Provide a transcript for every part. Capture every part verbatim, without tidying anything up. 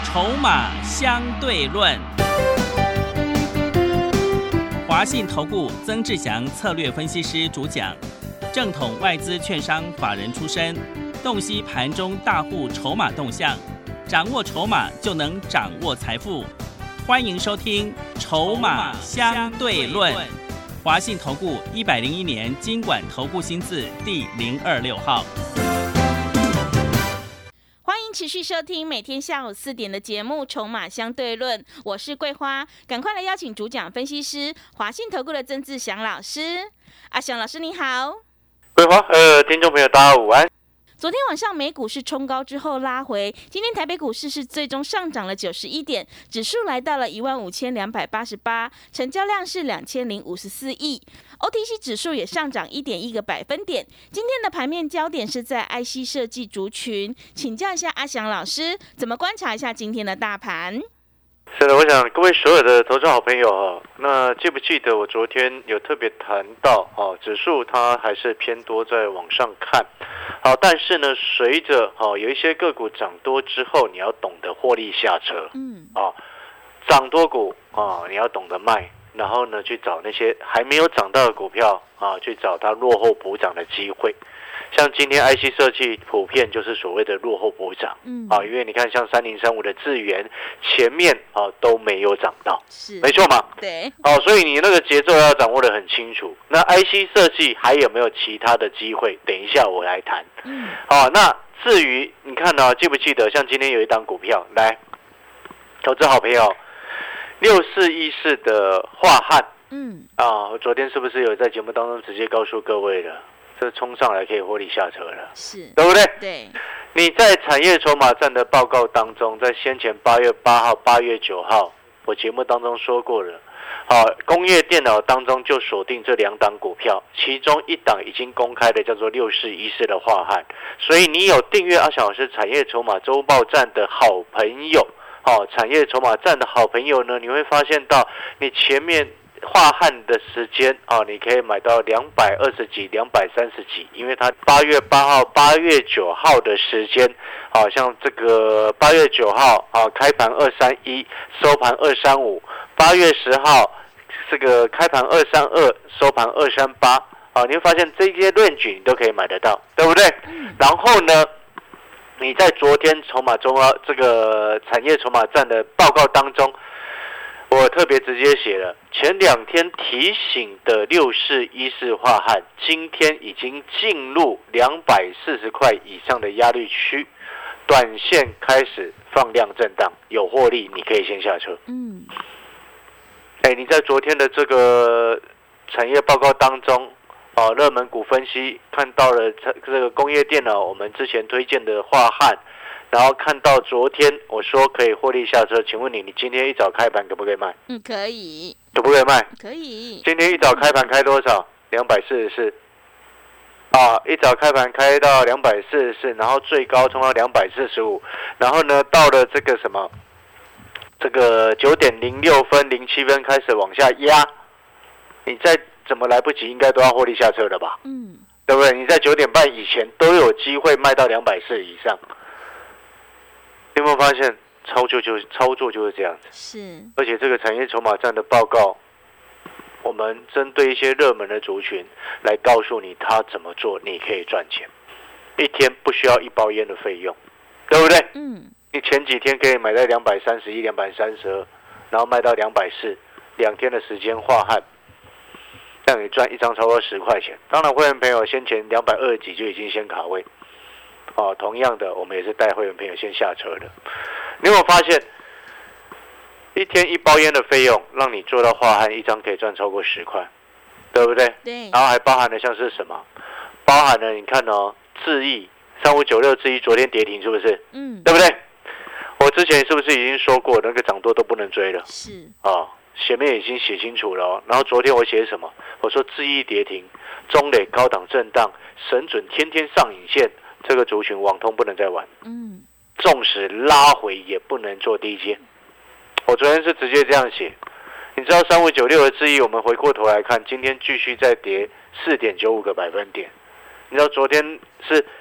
筹码相对论。华信投顾曾志祥策略分析师主讲，正统外资券商法人出身，洞悉盘中大户筹码动向，掌握筹码就能掌握财富。欢迎收听《筹码相对论》。华信投顾一百零一年金管投顾新字第零二六号。 欢迎持续收听每天下午四点的节目《筹码相对论》，我是桂花，赶快来邀请主讲分析师华信投顾的曾志祥老师。阿祥老师你好。 桂花，呃，听众朋友大家午安。 昨天晚上美股是冲高之后拉回，今天台北股市是最终上涨了九十一点，指数来到了一万五千两百八十八，成交量是两千零五十四亿。O T C 指数也上涨一点一个百分点。今天的盘面焦点是在 I C 设计族群，请教一下阿翔老师，怎么观察一下今天的大盘？ 是的，我想各位所有的投资好朋友哈，那记不记得我昨天有特别谈到哦，指数它还是偏多在往上看，好，但是呢，随着哦有一些个股涨多之后，你要懂得获利下车，嗯，啊，涨多股啊，你要懂得卖，然后呢去找那些还没有涨到的股票啊，去找它落后补涨的机会。像今天 I C 设计普遍就是所谓的落后补涨，嗯，啊，因为你看像三零三五的智原前面啊都没有涨到，是没错嘛， 对， 哦，所以你那个节奏要掌握得很清楚。那 I C 设计还有没有其他的机会？等一下我来谈。嗯，好，那至于你看呢、啊，记不记得像今天有一档股票来，投资好朋友六四一四的华汉，嗯，啊，我昨天是不是有在节目当中直接告诉各位了？这冲上来可以获利下车了， 是， 对不对？ 对。 你在产业筹码战的报告当中，在先前八月八号、八月九号，我节目当中说过了。好，工业电脑当中就锁定这两档股票，其中一档已经公开的叫做六四一四的华汉，所以你有订阅阿翔老师产业筹码周报站的好朋友，好，产业筹码站的好朋友呢，你会发现到你前面。华汉的时间啊，你可以买到两百二十几、两百三十几，因为它八月八号、八月九号的时间，好、啊、像这个八月九号啊，开盘二三一，收盘二三五；八月十号，这个开盘二三二，收盘二三八，啊，你会发现这些range你都可以买得到，对不对？然后呢，你在昨天筹码中啊，这个产业筹码战的报告当中。我特别直接写了，前两天提醒的六四一四华汉，今天已经进入两百四十块以上的压力区，短线开始放量震荡，有获利你可以先下车。嗯，哎，你在昨天的这个产业报告当中，哦，热门股分析看到了这个工业电脑，我们之前推荐的华汉。然后看到昨天我说可以获利下车，请问你，你今天一早开盘可不可以卖？ 嗯，可以。 可不可以卖？ 可以。 今天一早开盘开多少？两百四十四。啊，一早开盘开到两百四十四，然后最高冲到两百四十五，然后呢，到了这个什么，这个九点零六分、零七分开始往下压，你再怎么来不及，应该都要获利下车了吧？嗯，对不对？你在九点半以前都有机会卖到两百四以上。你有没有发现操作就操作就是这样子？ 是， 而且这个产业筹码战的报告，我们针对一些热门的族群来告诉你他怎么做，你可以赚钱。一天不需要一包烟的费用，对不对？嗯。你前几天可以买在两百三十一、两百三十二，然后卖到两百四，两天的时间化汉，让你赚一张超过十块钱。当然，会员朋友先前两百二十几就已经先卡位。哦，同样的，我们也是带会员朋友先下车的。你有没有发现，一天一包烟的费用，让你做到华汉一张可以赚超过十块，对不对？ 对。 然后还包含了像是什么？包含了你看哦，智易三五九六智易昨天跌停是不是？嗯，对不对？我之前是不是已经说过，那个涨多都不能追了？ 是。 哦，前面已经写清楚了哦。然后昨天我写什么？我说智易跌停，中磊高档震荡，神准天天上影线。这个族群网通不能再玩，嗯，纵使拉回也不能做低阶。我昨天是直接这样写，你知道三五九六的智易，我们回过头来看，今天继续再跌四点九五个百分点。你知道昨天是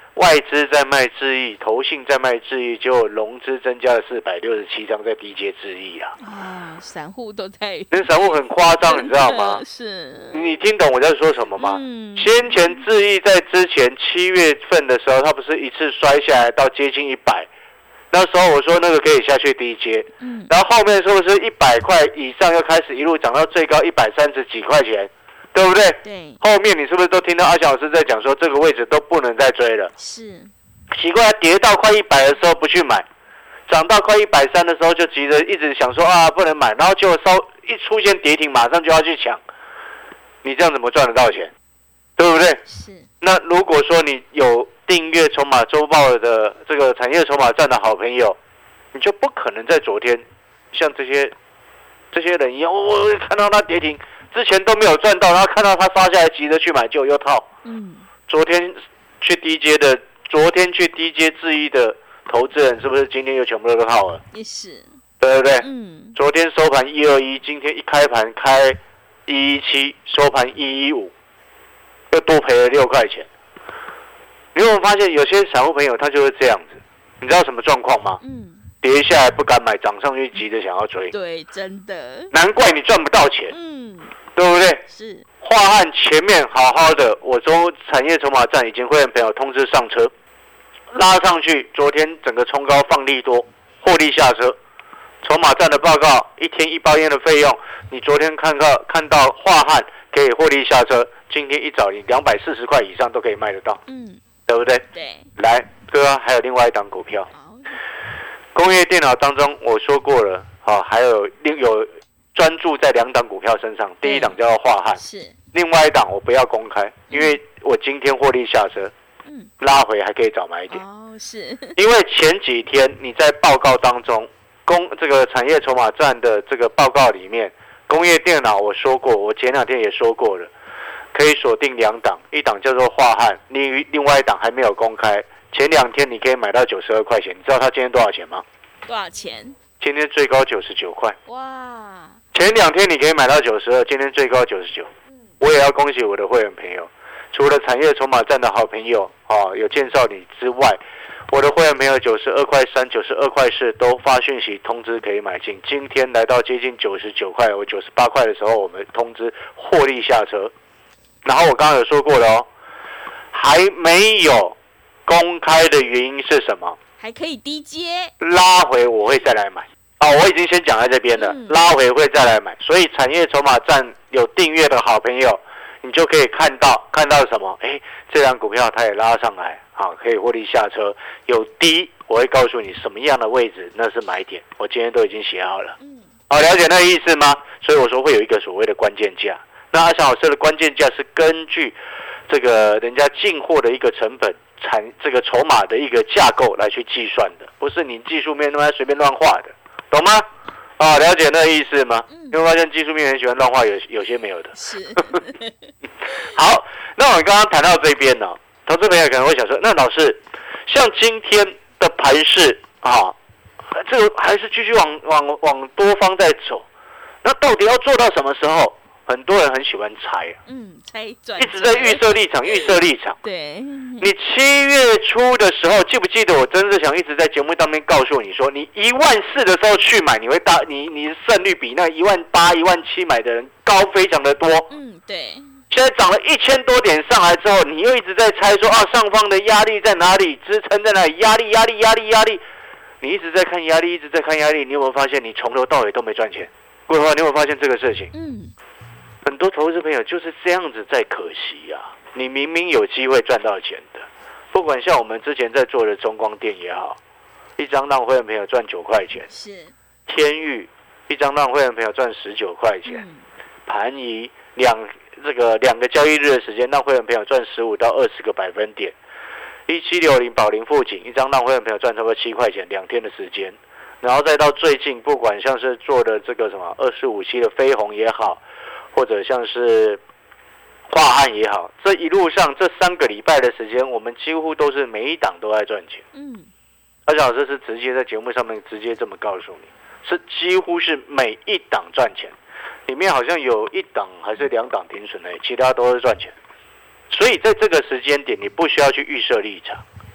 外资在卖智易，投信在卖智易，结果融资增加了四百六十七张在低阶智易啊！ 啊，散户都在， 那散户很夸张，你知道吗？ 是， 你听懂我在说什么吗？ 嗯、 先前智易在之前七月份的时候，它不是一次摔下来到接近一百，那时候我说那个可以下去低阶，嗯，然后后面是不是一百块以上又开始一路涨到最高一百三十几块钱？对不对？ 对。 后面你是不是都听到阿翔老师在讲说这个位置都不能再追了？ 是。 奇怪，跌到快一百的时候不去买，涨到快一百三的时候就急着一直想说啊不能买，然后就稍一出现跌停，马上就要去抢。你这样怎么赚得到钱？对不对？ 是。 那如果说你有订阅筹码周报的这个产业筹码站的好朋友，你就不可能在昨天像这些这些人一样，我、哦、看到它跌停。之前都没有赚到，然后看到他杀下来，急着去买，就又套。嗯，昨天去低阶的，昨天去低阶智易的投资人，是不是今天又全部都套了？ 也是， 对不对？ 嗯， 昨天收盘一二一，今天一开盘开一一七，收盘一一五，又多赔了六块钱。你有没有发现有些散户朋友他就是这样子？你知道什么状况吗？嗯。跌下来不敢买，涨上去急着想要追。 对，真的。 难怪你赚不到钱。嗯，对不对？ 是。 华汉前面好好的，我从产业筹码站已经会员朋友通知上车，拉上去。昨天整个冲高放利多，获利下车。筹码站的报告，一天一包烟的费用，你昨天看到看到华汉可以获利下车，今天一早你两百四十块以上都可以卖得到。嗯，对不对？ 对。 来，哥还有另外一档股票。工业电脑当中我说过了，好，还有另有专注在两档股票身上，第一档叫做华汉，是，另外一档我不要公开，因为我今天获利下车，嗯，拉回还可以早买一点， 哦，是， 因为前几天你在报告当中，工这个产业筹码站的这个报告里面，工业电脑我说过，我前两天也说过了，可以锁定两档，一档叫做华汉，另另外一档还没有公开。前两天你可以买到九十二块钱，你知道它今天多少钱吗？ 多少钱？ 今天最高九十九块。 哇！ 前两天你可以买到九十二，今天最高九十九。我也要恭喜我的会员朋友，除了产业筹码站的好朋友哦有介绍你之外，我的会员朋友九十二块三、九十二块四都发讯息通知可以买进。今天来到接近九十九块，我九十八块的时候，我们通知获利下车。然后我刚刚有说过了哦，还没有公开的原因是什么？ 还可以低接， 拉回我会再来买。哦，我已经先讲在这边了，嗯、拉回会再来买。所以产业筹码站有订阅的好朋友，你就可以看到看到什么？哎，这张股票它也拉上来，好，可以获利下车。有低，我会告诉你什么样的位置那是买点，我今天都已经写好了。嗯，好，了解那个意思吗？所以我说会有一个所谓的关键价。那阿翔老师的关键价是根据这个人家进货的一个成本。产这个筹码的一个架构来去计算的，不是你技术面那么随便乱画的，懂吗？啊，了解那个意思吗？嗯、你会发现技术面很喜欢乱画，有有些没有的。 是。 好，那我们刚刚谈到这边呢，投资朋友可能会想说，那老师，像今天的盘势啊，这个还是继续往往往多方在走，那到底要做到什么时候？很多人很喜欢猜啊， 嗯，猜转， 一直在预设立场，预设立场。 对， 你七月初的时候，记不记得我曾志祥一直在节目当中告诉你说，你一万四的时候去买，你会大，你你胜率比那一万八、一万七买的人高非常的多。 嗯，对。 现在涨了一千多点上来之后，你又一直在猜说啊，上方的压力在哪里，支撑在哪里，压力、压力、压力、压力。你一直在看压力，一直在看压力，你有没有发现你从头到尾都没赚钱？各位，你有没有发现这个事情？嗯。很多投资朋友就是这样子在可惜啊！你明明有机会赚到钱的，不管像我们之前在做的中光电也好，一张让会员朋友赚九块钱； 是天宇一张让会员朋友赚十九块钱；盘仪两这个两个交易日的时间，让会员朋友赚十五到二十个百分点；一七六零宝林富锦一张让会员朋友赚差不多七块钱，两天的时间。然后再到最近，不管像是做的这个什么二十五期的飞鸿也好。或者像是华汉也好，这一路上这三个礼拜的时间，我们几乎都是每一档都在赚钱。嗯，阿翔老师是直接在节目上面直接这么告诉你，是几乎是每一档赚钱，里面好像有一档还是两档停损的，其他都是赚钱。所以在这个时间点，你不需要去预设立场，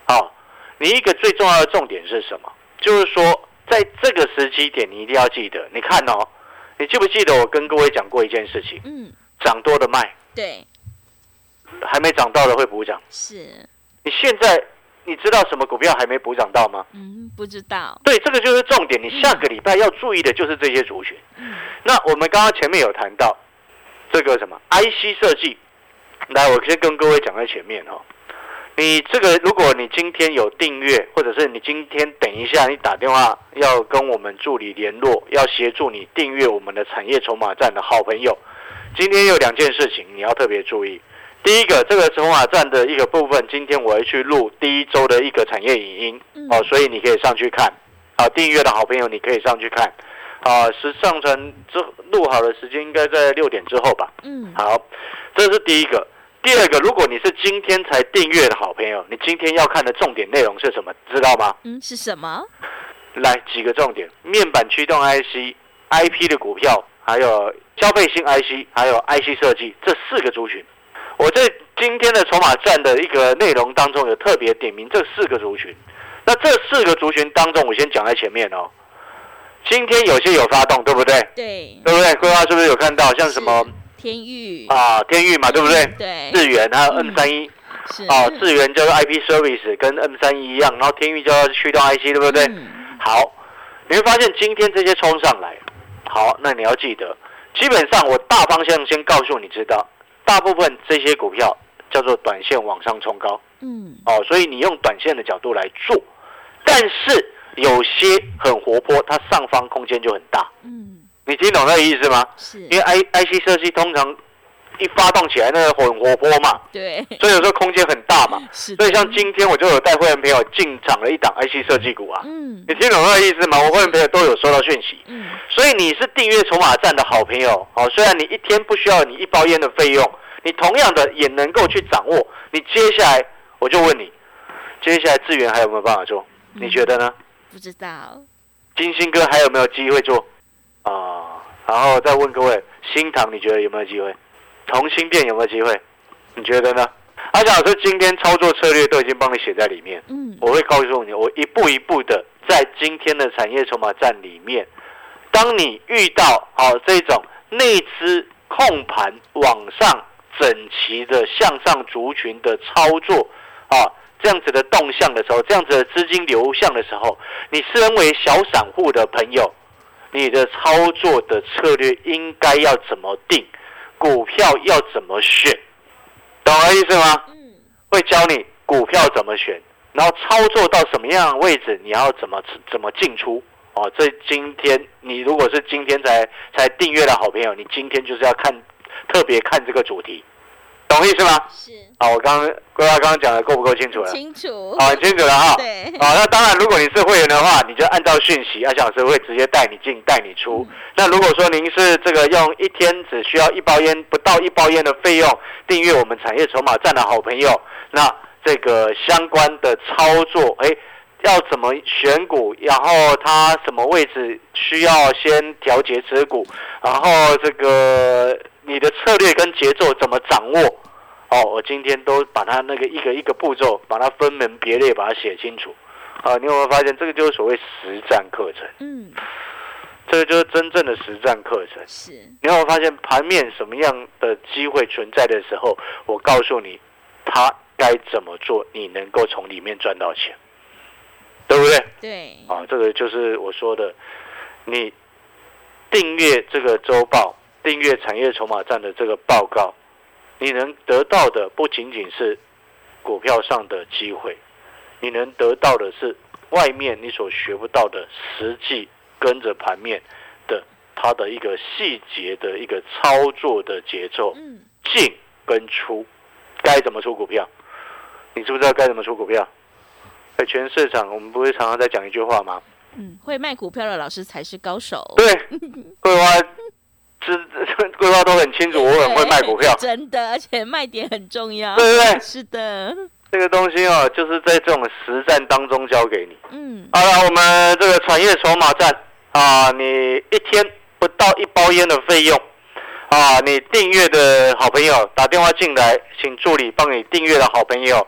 好，你一个最重要的重点是什么？就是说，在这个时机点，你一定要记得。你看哦，你记不记得我跟各位讲过一件事情？ 嗯， 涨多的卖， 对， 还没涨到的会补涨。 是， 你现在你知道什么股票还没补涨到吗？ 嗯，不知道。 对，这个就是重点。你下个礼拜要注意的就是这些族群。 嗯， 那我们刚刚前面有谈到这个什么 I C 设计，来，我先跟各位讲在前面哦。你这个，如果你今天有订阅，或者是你今天等一下你打电话要跟我们助理联络，要协助你订阅我们的产业筹码站的好朋友，今天有两件事情你要特别注意。第一个，这个筹码站的一个部分，今天我会去录第一周的一个产业影音，哦，所以你可以上去看。啊，订阅的好朋友你可以上去看。啊，是上传之录好的时间应该在六点之后吧。嗯，好，这是第一个。第二个，如果你是今天才订阅的好朋友，你今天要看的重点内容是什么？知道吗？ 嗯，是什么？ 来几个重点：面板驱动 I C、I P 的股票，还有消费性 I C， 还有 I C 设计这四个族群。我在今天的筹码站的一个内容当中有特别点名这四个族群。那这四个族群当中，我先讲在前面哦。今天有些有发动，对不对？ 对， 对不对？规划是不是有看到像什么？ 天钰啊，天钰嘛，对不对？ 对， 智源还有 M 三十一，哦，智源叫做 I P Service， 跟 M 三十一一样，然后天钰叫做驱动 I C， 对不对？嗯、好，你会发现今天这些冲上来，好，那你要记得，基本上我大方向先告诉你知道，大部分这些股票叫做短线往上冲高，嗯，哦，所以你用短线的角度来做，但是有些很活泼，它上方空间就很大，嗯。你听懂那个意思吗？是，因为 I I C 设计通常一发动起来，那个很活泼嘛，对，所以有时候空间很大嘛。是，所以像今天我就有带会员朋友进场了一档 I C 设计股啊。嗯，你听懂那个意思吗？我会员朋友都有收到讯息。嗯，所以你是订阅筹码站的好朋友，哦，虽然你一天不需要你一包烟的费用，你同样的也能够去掌握。你接下来我就问你，接下来智源还有没有办法做？你觉得呢？ 不知道。 金星哥还有没有机会做？啊，然后再问各位，新唐你觉得有没有机会？同心店有没有机会？你觉得呢？阿翔老师今天操作策略都已经帮你写在里面，嗯，我会告诉你，我一步一步的在今天的产业筹码站里面，当你遇到哦这种内资控盘往上整齐的向上族群的操作啊，这样子的动向的时候，这样子的资金流向的时候，你身为小散户的朋友。你的操作的策略应该要怎么定？股票要怎么选？懂我意思吗？嗯，会教你股票怎么选，然后操作到什么样的位置，你要怎么怎么进出。哦，这今天你如果是今天才才订阅的好朋友，你今天就是要看特别看这个主题，懂意思吗？是。好，我刚刚规划刚刚讲的够不够清楚了？清楚。好，很清楚了哈。对。好，那当然，如果你是会员的话，你就按照讯息，阿翔老师会直接带你进、带你出。嗯、那如果说您是这个用一天只需要一包烟、不到一包烟的费用订阅我们产业筹码站的好朋友，那这个相关的操作，哎，要怎么选股，然后它什么位置需要先调节持股，然后这个你的策略跟节奏怎么掌握？哦，我今天都把它那个一个一个步骤，把它分门别类，把它写清楚。啊，你有没有发现这个就是所谓实战课程？嗯，这个就是真正的实战课程。是，你有没有发现盘面什么样的机会存在的时候，我告诉你，它该怎么做，你能够从里面赚到钱，对不对？对。啊，这个就是我说的，你订阅这个周报，订阅产业筹码站的这个报告。你能得到的不仅仅是股票上的机会，你能得到的是外面你所学不到的实际跟着盘面的它的一个细节的一个操作的节奏，进跟出，该怎么出股票？你知不知道该怎么出股票？在全市场，我们不会常常在讲一句话吗？ 嗯，会卖股票的老师才是高手。 对，桂花。这规划都很清楚，我很会卖股票， 真的，而且卖点很重要， 对不对？ 是的， 这个东西哦，就是在这种实战当中教给你。嗯，好了，我们这个产业筹码站啊，你一天不到一包烟的费用啊，你订阅的好朋友打电话进来，请助理帮你订阅的好朋友，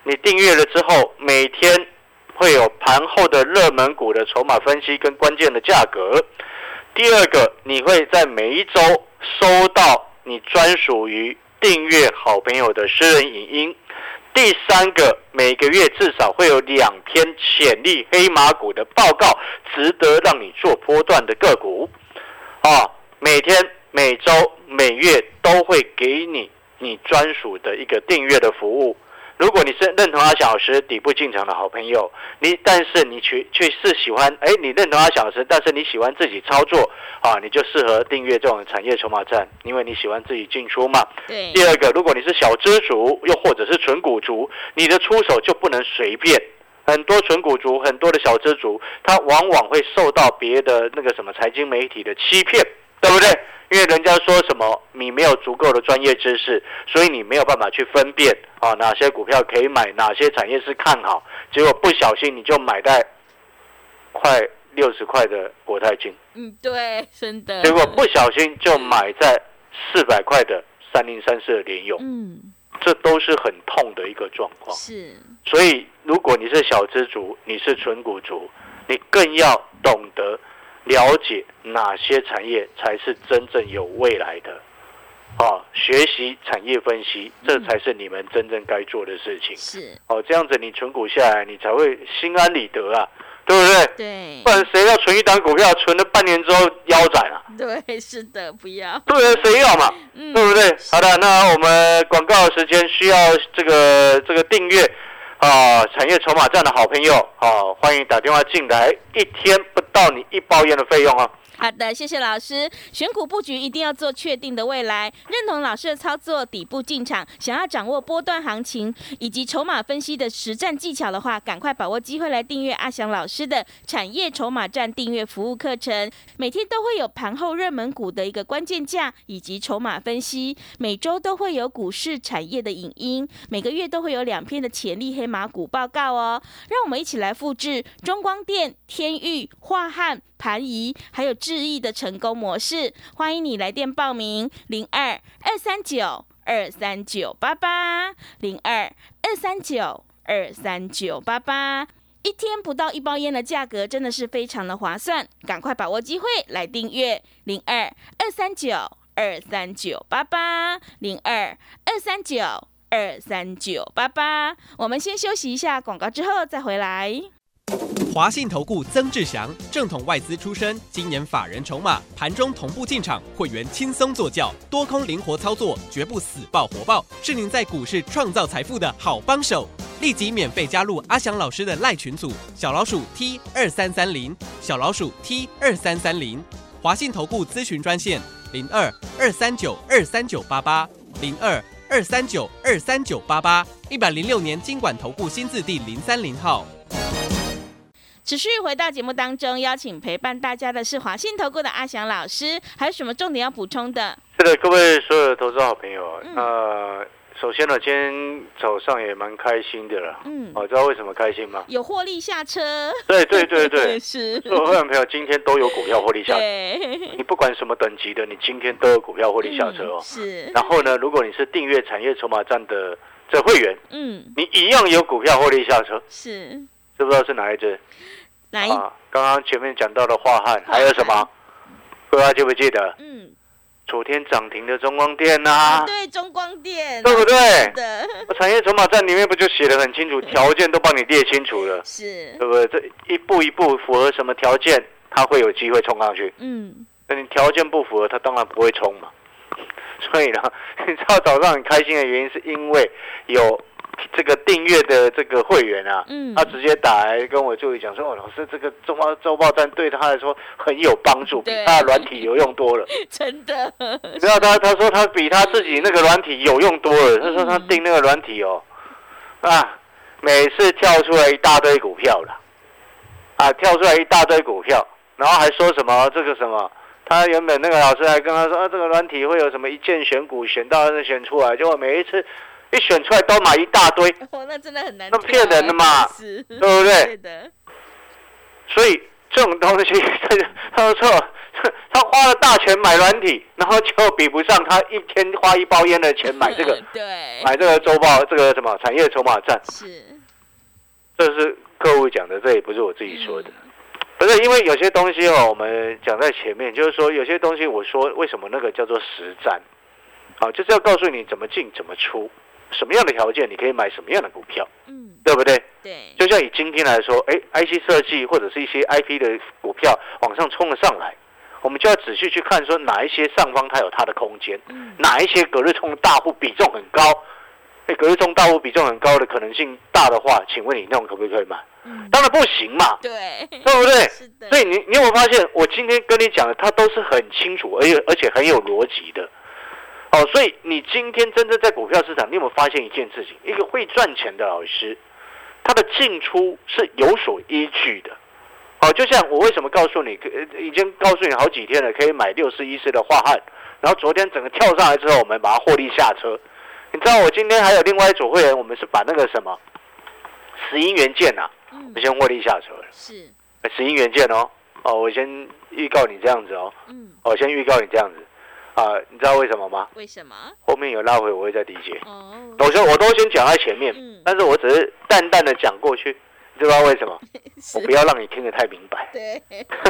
你订阅了之后，每天会有盘后的热门股的筹码分析跟关键的价格。第二个，你会在每一周收到你专属于订阅好朋友的私人影音。第三个，每个月至少会有两篇潜力黑马股的报告，值得让你做波段的个股。啊，每天、每周、每月都会给你你专属的一个订阅的服务。如果你是认同阿翔老师底部进场的好朋友，你但是你却却是喜欢，哎，你认同阿翔老师，但是你喜欢自己操作啊，你就适合订阅这种产业筹码战，因为你喜欢自己进出嘛。 对。 第二个，如果你是小资族，又或者是纯股族，你的出手就不能随便。很多纯股族，很多的小资族，他往往会受到别的那个什么财经媒体的欺骗，对不对？因为人家说什么你没有足够的专业知识，所以你没有办法去分辨啊哪些股票可以买，哪些产业是看好，结果不小心你就买在快六十块的国泰金， 嗯，对，真的。 结果不小心就买在四百块的三零三四的联咏，嗯，这都是很痛的一个状况。 是， 所以如果你是小资族，你是纯股族，你更要懂得了解哪些产业才是真正有未来的，哦，学习产业分析，这才是你们真正该做的事情。 是， 哦，这样子你存股下来，你才会心安理得啊，对不对？ 对。 不然谁要存一档股票，存了半年之后腰斩啊？ 对，是的，不要。 对啊，谁要嘛？嗯、对不对？好的，那我们广告时间需要这个这个订阅。啊，产业筹码站的好朋友，啊，欢迎打电话进来，一天不到你一包烟的费用哦。 好的，谢谢老师。选股布局一定要做确定的未来，认同老师的操作，底部进场，想要掌握波段行情以及筹码分析的实战技巧的话，赶快把握机会来订阅阿翔老师的产业筹码站订阅服务课程，每天都会有盘后热门股的一个关键价以及筹码分析，每周都会有股市产业的影音，每个月都会有两篇的潜力黑马股报告哦。让我们一起来复制中光电、天钰、华汉、盘仪还有智毅的成功模式，欢迎你来电报名零二二三九二三九八八零二二三九二三九八八，一天不到一包烟的价格真的是非常的划算，赶快把握机会来订阅零二二三九二三九八八零二二三九二三九八八。我们先休息一下广告，之后再回来。 华信投顾曾志祥，正统外资出身，今年法人筹码，盘中同步进场，会员轻松做教，多空灵活操作，绝不死抱活抱，是您在股市创造财富的好帮手。立即免费加入阿翔老师的赖群组，小老鼠 T 二三三零，小老鼠 T 二三三零，华信投顾咨询专线零二二三九二三九八八零二二三九二三九八八，一百零六年金管投顾新字第零三零号。 持续回到节目当中，邀请陪伴大家的是华信投顾的阿翔老师，还有什么重点要补充的？ 是的，各位所有的投资好朋友，嗯、呃，首先呢，今天早上也蛮开心的啦。嗯，哦，知道为什么开心吗？ 有获利下车。 对对对对， 是。 所有会员朋友今天都有股票获利下车。 对。 你不管什么等级的，你今天都有股票获利下车哦。 嗯、是。 然后呢，如果你是订阅产业筹码站的这会员， 嗯， 你一样有股票获利下车。 是。 知不知道是哪一只？ 哪一？ 啊，刚刚前面讲到的华汉，还有什么？各位记不记得？ 嗯。 昨天涨停的中光电呐、啊， 对，中光电， 对不对？ 是的。 产业筹码站里面不就写得很清楚，条件都帮你列清楚了， 是， 对不对？这一步一步符合什么条件，它会有机会冲上去。嗯，那你条件不符合，它当然不会冲嘛。所以呢，你知道早上很开心的原因，是因为有这个订阅的这个会员啊，嗯，他直接打来跟我助理讲说：“哦，老师，这个周报周报站对他来说很有帮助，比他的软体有用多了。” 真的， 你知道他他说他比他自己那个软体有用多了。他说他订那个软体哦，啊，每次跳出来一大堆股票了，啊，跳出来一大堆股票，然后还说什么这个什么。他原本那个老师还跟他说，啊，这个软体会有什么一键选股，选到就选出来，结果每一次一选出来都买一大堆， 哦，那真的很难， 那骗人的嘛，对不对？ 对的。 所以这种东西，他说他花了大钱买软体，然后就比不上他一天花一包烟的钱买这个， 对， 买这个周报，这个什么产业筹码战， 是， 这是客户讲的，这也不是我自己说的。嗯不是因为有些东西哦，我们讲在前面，就是说有些东西我说为什么那个叫做实战，啊，就是要告诉你怎么进怎么出，什么样的条件你可以买什么样的股票，嗯，对不对？ 对， 就像以今天来说，哎 ，I C 设计或者是一些 I P 的股票往上冲了上来，我们就要仔细去看说哪一些上方它有它的空间，嗯，哪一些隔日冲大户比重很高，哎，隔日冲大户比重很高的可能性大的话，请问你那种可不可以买？当然不行嘛， 对， 对不对？ 是的。 所以你你有没有发现，我今天跟你讲的，它都是很清楚，而且而且很有逻辑的。哦，所以你今天真正在股票市场，你有没有发现一件事情？一个会赚钱的老师，他的进出是有所依据的。哦，就像我为什么告诉你，已经告诉你好几天了，可以买六四一四的华汉，然后昨天整个跳上来之后，我们把它获利下车。你知道我今天还有另外一组会员，我们是把那个什么石英元件啊。 嗯、 我先获利下车了， 是石英元件哦，哦，我先预告你这样子哦，嗯，我先预告你这样子，啊，你知道为什么吗？ 为什么？ 后面有拉回，我会再理解。 哦， 我说我都先讲在前面，嗯，但是我只是淡淡的讲过去，你知道为什么？我不要让你听得太明白。 对，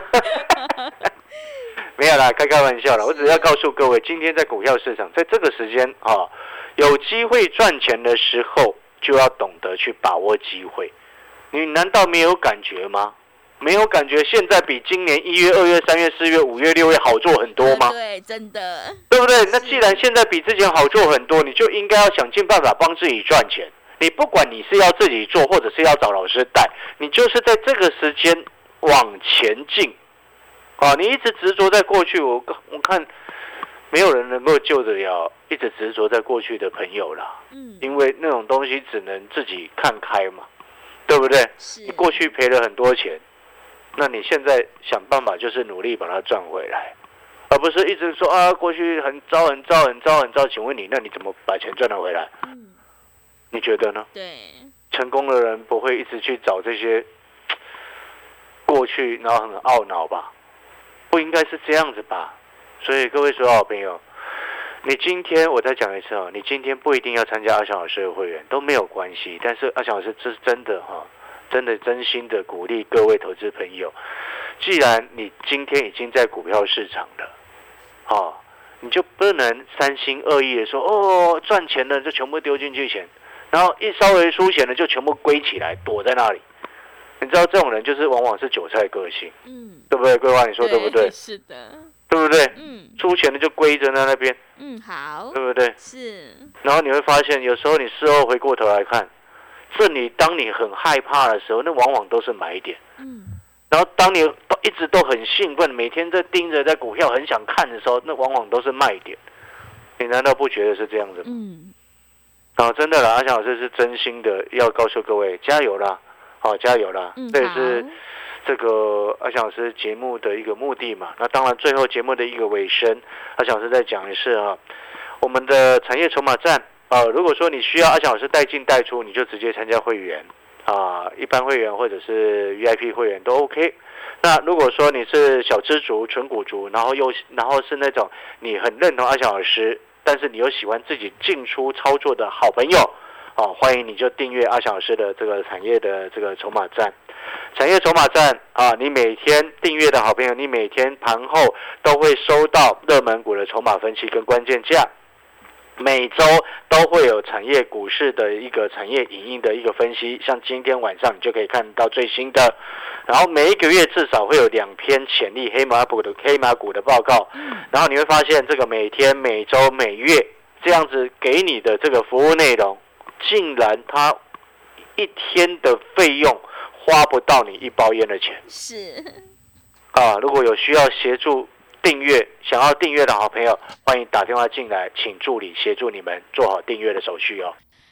没有啦，开开玩笑啦，我只是要告诉各位，今天在股票市场，在这个时间啊，有机会赚钱的时候，就要懂得去把握机会。你难道没有感觉吗？没有感觉现在比今年一月、二月、三月、四月、五月、六月好做很多吗？ 对，真的， 对不对？那既然现在比之前好做很多，你就应该要想尽办法帮自己赚钱。你不管你是要自己做，或者是要找老师带，你就是在这个时间往前进。啊，你一直执着在过去，我我看没有人能够救得了一直执着在过去的朋友啦。嗯，因为那种东西只能自己看开嘛。对不对？你过去赔了很多钱，那你现在想办法就是努力把它赚回来，而不是一直说啊过去很糟很糟很糟很糟。请问你，那你怎么把钱赚得回来？嗯，你觉得呢？ 对， 成功的人不会一直去找这些过去，然后很懊恼吧？不应该是这样子吧？所以各位所有好朋友，你今天我再讲一次哦，你今天不一定要参加阿翔老师的会员都没有关系，但是阿翔老师这是真的哈，真的真心的鼓励各位投资朋友，既然你今天已经在股票市场了，哦，你就不能三心二意的说哦赚钱了就全部丢进去钱，然后一稍微输钱了就全部归起来躲在那里。你知道这种人就是往往是韭菜个性，嗯，对不对？桂花你说对不对？ 是的。 对不对？嗯，出钱的就归着在那边。 嗯，好， 对不对？ 是。然后你会发现，有时候你事后回过头来看，这你当你很害怕的时候，那往往都是买点。嗯。然后当你一直都很兴奋，每天在盯着在股票很想看的时候，那往往都是卖点。你难道不觉得是这样子吗？嗯。啊，真的啦，阿翔老师是真心的要告诉各位，加油啦！好，加油啦！嗯，这也是。这个阿翔老师节目的一个目的嘛，那当然最后节目的一个尾声，阿翔老师再讲一次啊，我们的产业筹码战啊，如果说你需要阿翔老师带进带出，你就直接参加会员啊，一般会员或者是 V I P 会员都 OK。那如果说你是小资族、纯股族，然后又然后是那种你很认同阿翔老师，但是你又喜欢自己进出操作的好朋友，哦，欢迎你就订阅阿翔老师的这个产业的这个筹码战。产业筹码战啊，你每天订阅的好朋友，你每天盘后都会收到热门股的筹码分析跟关键价，每周都会有产业股市的一个产业影音的一个分析，像今天晚上你就可以看到最新的，然后每一个月至少会有两篇潜力黑马股的黑马股的报告，然后你会发现这个每天、每周、每月这样子给你的这个服务内容，竟然它一天的费用花不到你一包烟的钱。 是啊，如果有需要协助订阅、想要订阅的好朋友，欢迎打电话进来，请助理协助你们做好订阅的手续哦。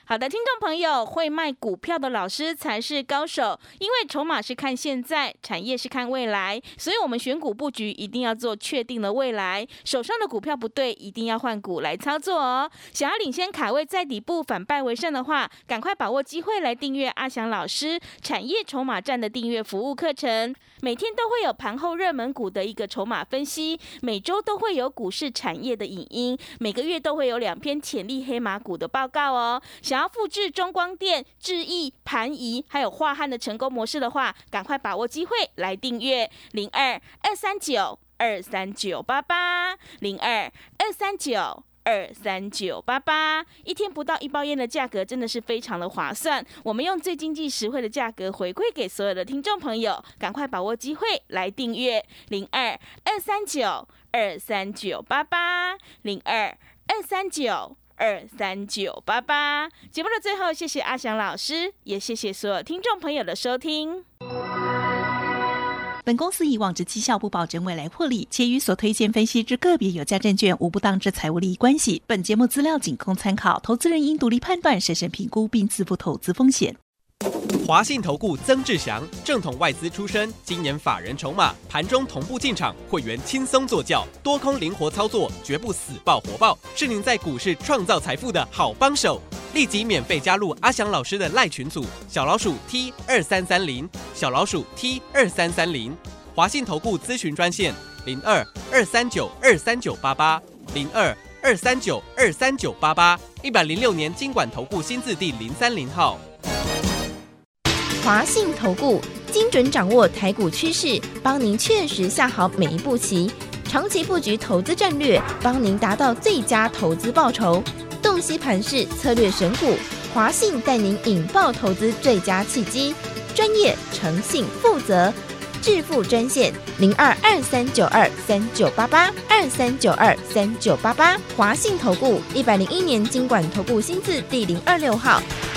好的，听众朋友，会卖股票的老师才是高手，因为筹码是看现在，产业是看未来，所以我们选股布局一定要做确定的未来，手上的股票不对，一定要换股来操作哦。想要领先卡位在底部反败为胜的话，赶快把握机会来订阅阿翔老师产业筹码站的订阅服务课程，每天都会有盘后热门股的一个筹码分析，每周都会有股市产业的影音，每个月都会有两篇潜力黑马股的报告哦。想要复制中光电、智毅、盘仪还有樺汉的成功模式的话，赶快把握机会来订阅零二二三九二三九八八零二二三九二三九八八，一天不到一包烟的价格真的是非常的划算，我们用最经济实惠的价格回馈给所有的听众朋友，赶快把握机会来订阅零二二三九二三九八八零二二三九二三九八八。节目的最后，谢谢阿翔老师，也谢谢所有听众朋友的收听。 本公司以往之绩效不保证未来获利，且与所推荐分析之个别有价证券无不当之财务利益关系。本节目资料仅供参考，投资人应独立判断、审慎评估并自负投资风险。 华信投顾曾志祥，正统外资出身，今年法人筹码，盘中同步进场，会员轻松做教，多空灵活操作，绝不死抱活抱，是您在股市创造财富的好帮手。立即免费加入阿翔老师的赖群组，小老鼠 T 二三三零，小老鼠 T 二三三零。华信投顾咨询专线零二二三九二三九八八零二二三九二三九八八，一百零六年金管投顾新字第零三零号。 华信投顾精准掌握台股趋势，帮您确实下好每一步棋，长期布局投资战略，帮您达到最佳投资报酬。洞悉盘势，策略选股，华信带您引爆投资最佳契机，专业、诚信、负责。致富专线零二二三九二三九八八二三九二三九八八，华信投顾一百零一年金管投顾新字第零二六号。